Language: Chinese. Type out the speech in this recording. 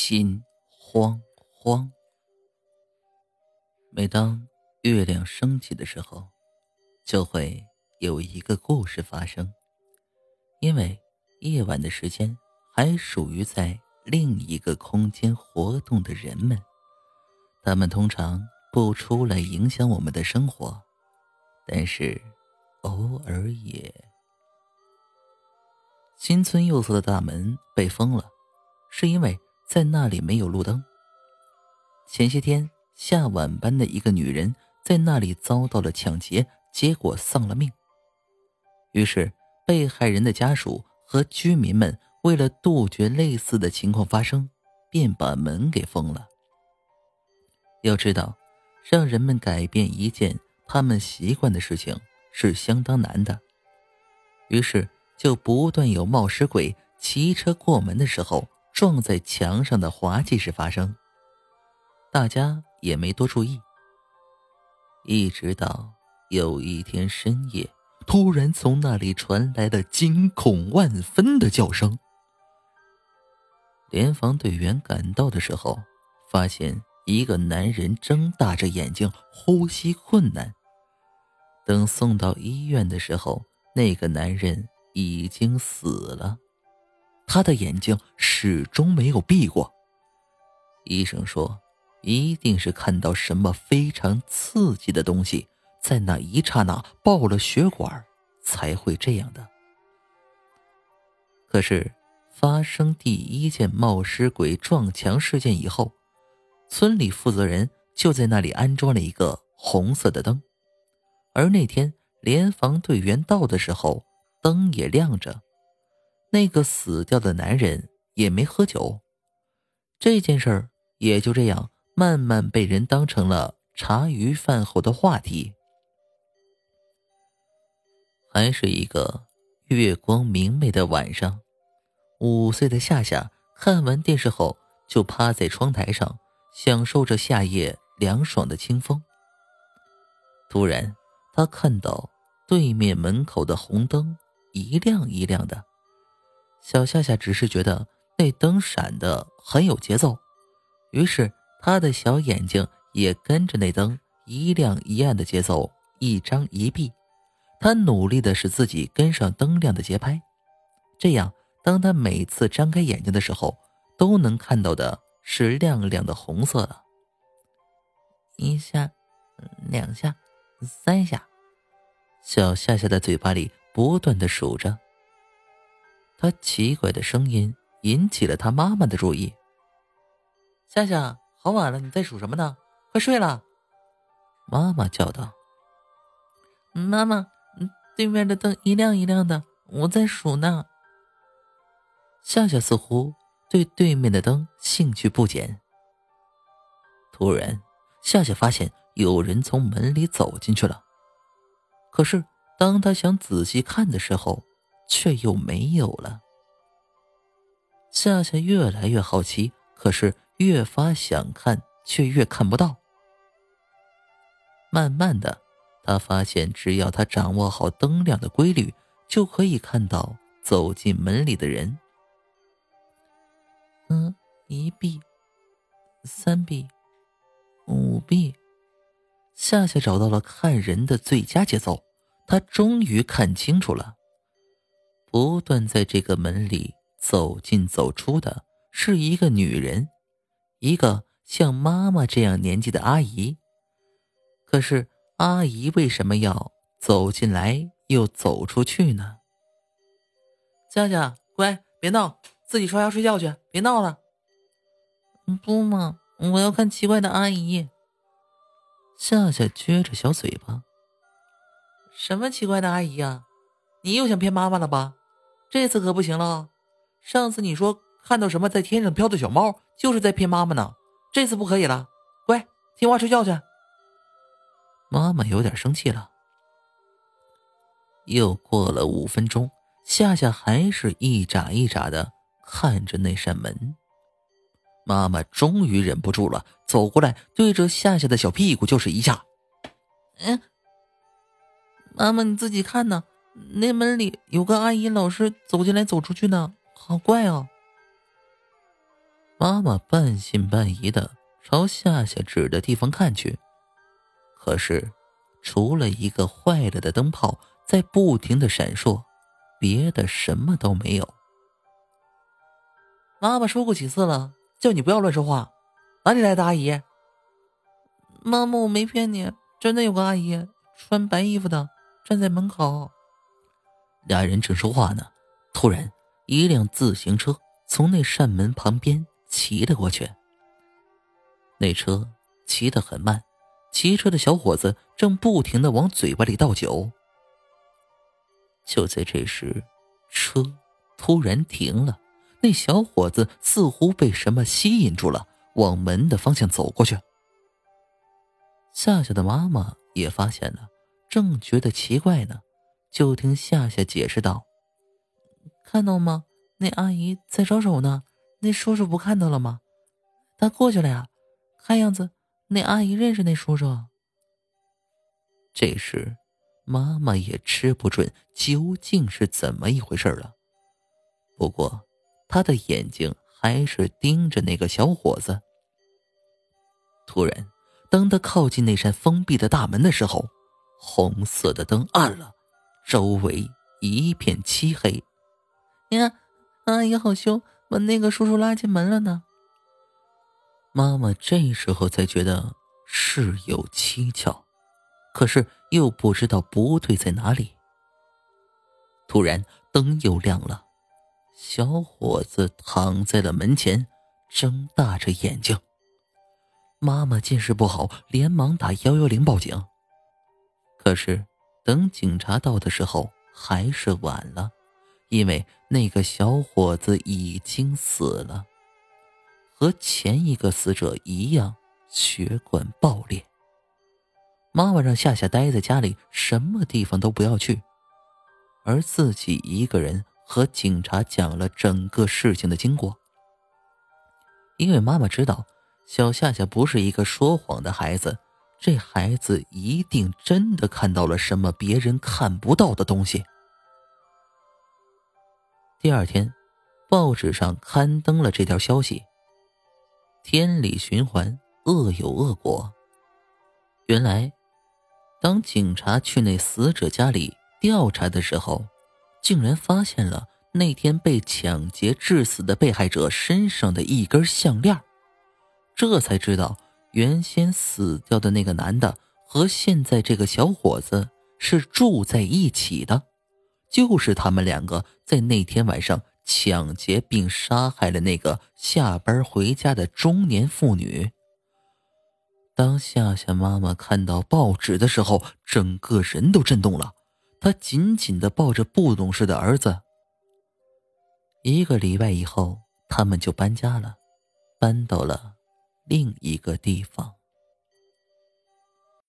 心慌慌。每当月亮升起的时候，就会有一个故事发生。因为夜晚的时间还属于在另一个空间活动的人们，他们通常不出来影响我们的生活，但是偶尔也。新村右侧的大门被封了，是因为在那里没有路灯。前些天下晚班的一个女人在那里遭到了抢劫，结果丧了命。于是被害人的家属和居民们为了杜绝类似的情况发生，便把门给封了。要知道，让人们改变一件他们习惯的事情是相当难的，于是就不断有冒失鬼骑车过门的时候撞在墙上的滑稽事发生，大家也没多注意。一直到有一天深夜，突然从那里传来了惊恐万分的叫声。联防队员赶到的时候，发现一个男人睁大着眼睛，呼吸困难。等送到医院的时候，那个男人已经死了，他的眼睛始终没有闭过。医生说，一定是看到什么非常刺激的东西，在那一刹那爆了血管，才会这样的。可是发生第一件冒失鬼撞墙事件以后，村里负责人就在那里安装了一个红色的灯，而那天联防队员到的时候，灯也亮着。那个死掉的男人也没喝酒，这件事儿也就这样慢慢被人当成了茶余饭后的话题。还是一个月光明媚的晚上，5岁的夏夏看完电视后就趴在窗台上，享受着夏夜凉爽的清风。突然他看到对面门口的红灯一亮一亮的，小夏夏只是觉得那灯闪得很有节奏，于是他的小眼睛也跟着那灯一亮一暗的节奏一张一闭。他努力的使自己跟上灯亮的节拍，这样当他每次张开眼睛的时候，都能看到的是亮亮的红色的。1下2下3下，小夏夏的嘴巴里不断的数着。他奇怪的声音引起了他妈妈的注意。夏夏，好晚了，你在数什么呢？快睡了。妈妈叫道。妈妈，对面的灯一亮一亮的，我在数呢。夏夏似乎对对面的灯兴趣不减。突然，夏夏发现有人从门里走进去了，可是当他想仔细看的时候，却又没有了。夏夏越来越好奇，可是越发想看，却越看不到。慢慢的，他发现只要他掌握好灯亮的规律，就可以看到走进门里的人。1闭3闭5闭，夏夏找到了看人的最佳节奏，他终于看清楚了。不断在这个门里走进走出的是一个女人，一个像妈妈这样年纪的阿姨。可是阿姨为什么要走进来又走出去呢？夏夏，乖，别闹，自己刷牙睡觉去，别闹了。不嘛，我要看奇怪的阿姨。夏夏撅着小嘴巴。什么奇怪的阿姨啊？你又想骗妈妈了吧？这次可不行了。上次你说看到什么在天上飘的小猫，就是在骗妈妈呢。这次不可以了，乖，听话睡觉去。妈妈有点生气了。又过了5分钟，夏夏还是一眨一眨的看着那扇门。妈妈终于忍不住了，走过来对着夏夏的小屁股就是一下。妈妈你自己看呢，那门里有个阿姨老是走进来走出去呢，好怪哦。 妈妈半信半疑的朝夏夏指的地方看去，可是除了一个坏了的灯泡在不停的闪烁，别的什么都没有。妈妈说过几次了，叫你不要乱说话，哪里来的阿姨？妈妈，我没骗你，真的有个阿姨，穿白衣服的，站在门口。俩人正说话呢，突然一辆自行车从那扇门旁边骑了过去。那车骑得很慢，骑车的小伙子正不停地往嘴巴里倒酒。就在这时，车突然停了，那小伙子似乎被什么吸引住了，往门的方向走过去。夏夏的妈妈也发现了，正觉得奇怪呢，就听夏夏解释道：看到吗？那阿姨在招手呢，那叔叔不看到了吗？他过去了呀，看样子那阿姨认识那叔叔。这时妈妈也吃不准究竟是怎么一回事了，不过她的眼睛还是盯着那个小伙子。突然当他靠近那扇封闭的大门的时候，红色的灯暗了，周围一片漆黑。你看，阿姨好凶，把那个叔叔拉进门了呢。妈妈这时候才觉得事有蹊跷，可是又不知道不对在哪里。突然灯又亮了，小伙子躺在了门前，睁大着眼睛。妈妈见势不好，连忙打110报警。可是等警察到的时候还是晚了，因为那个小伙子已经死了，和前一个死者一样，血管爆裂。妈妈让夏夏待在家里，什么地方都不要去，而自己一个人和警察讲了整个事情的经过。因为妈妈知道小夏夏不是一个说谎的孩子，这孩子一定真的看到了什么别人看不到的东西。第二天，报纸上刊登了这条消息：天理循环，恶有恶果。原来当警察去那死者家里调查的时候，竟然发现了那天被抢劫致死的被害者身上的一根项链。这才知道原先死掉的那个男的和现在这个小伙子是住在一起的，就是他们两个在那天晚上抢劫并杀害了那个下班回家的中年妇女。当夏夏妈妈看到报纸的时候，整个人都震动了，她紧紧地抱着不懂事的儿子。1个礼拜以后，他们就搬家了，搬到了另一个地方。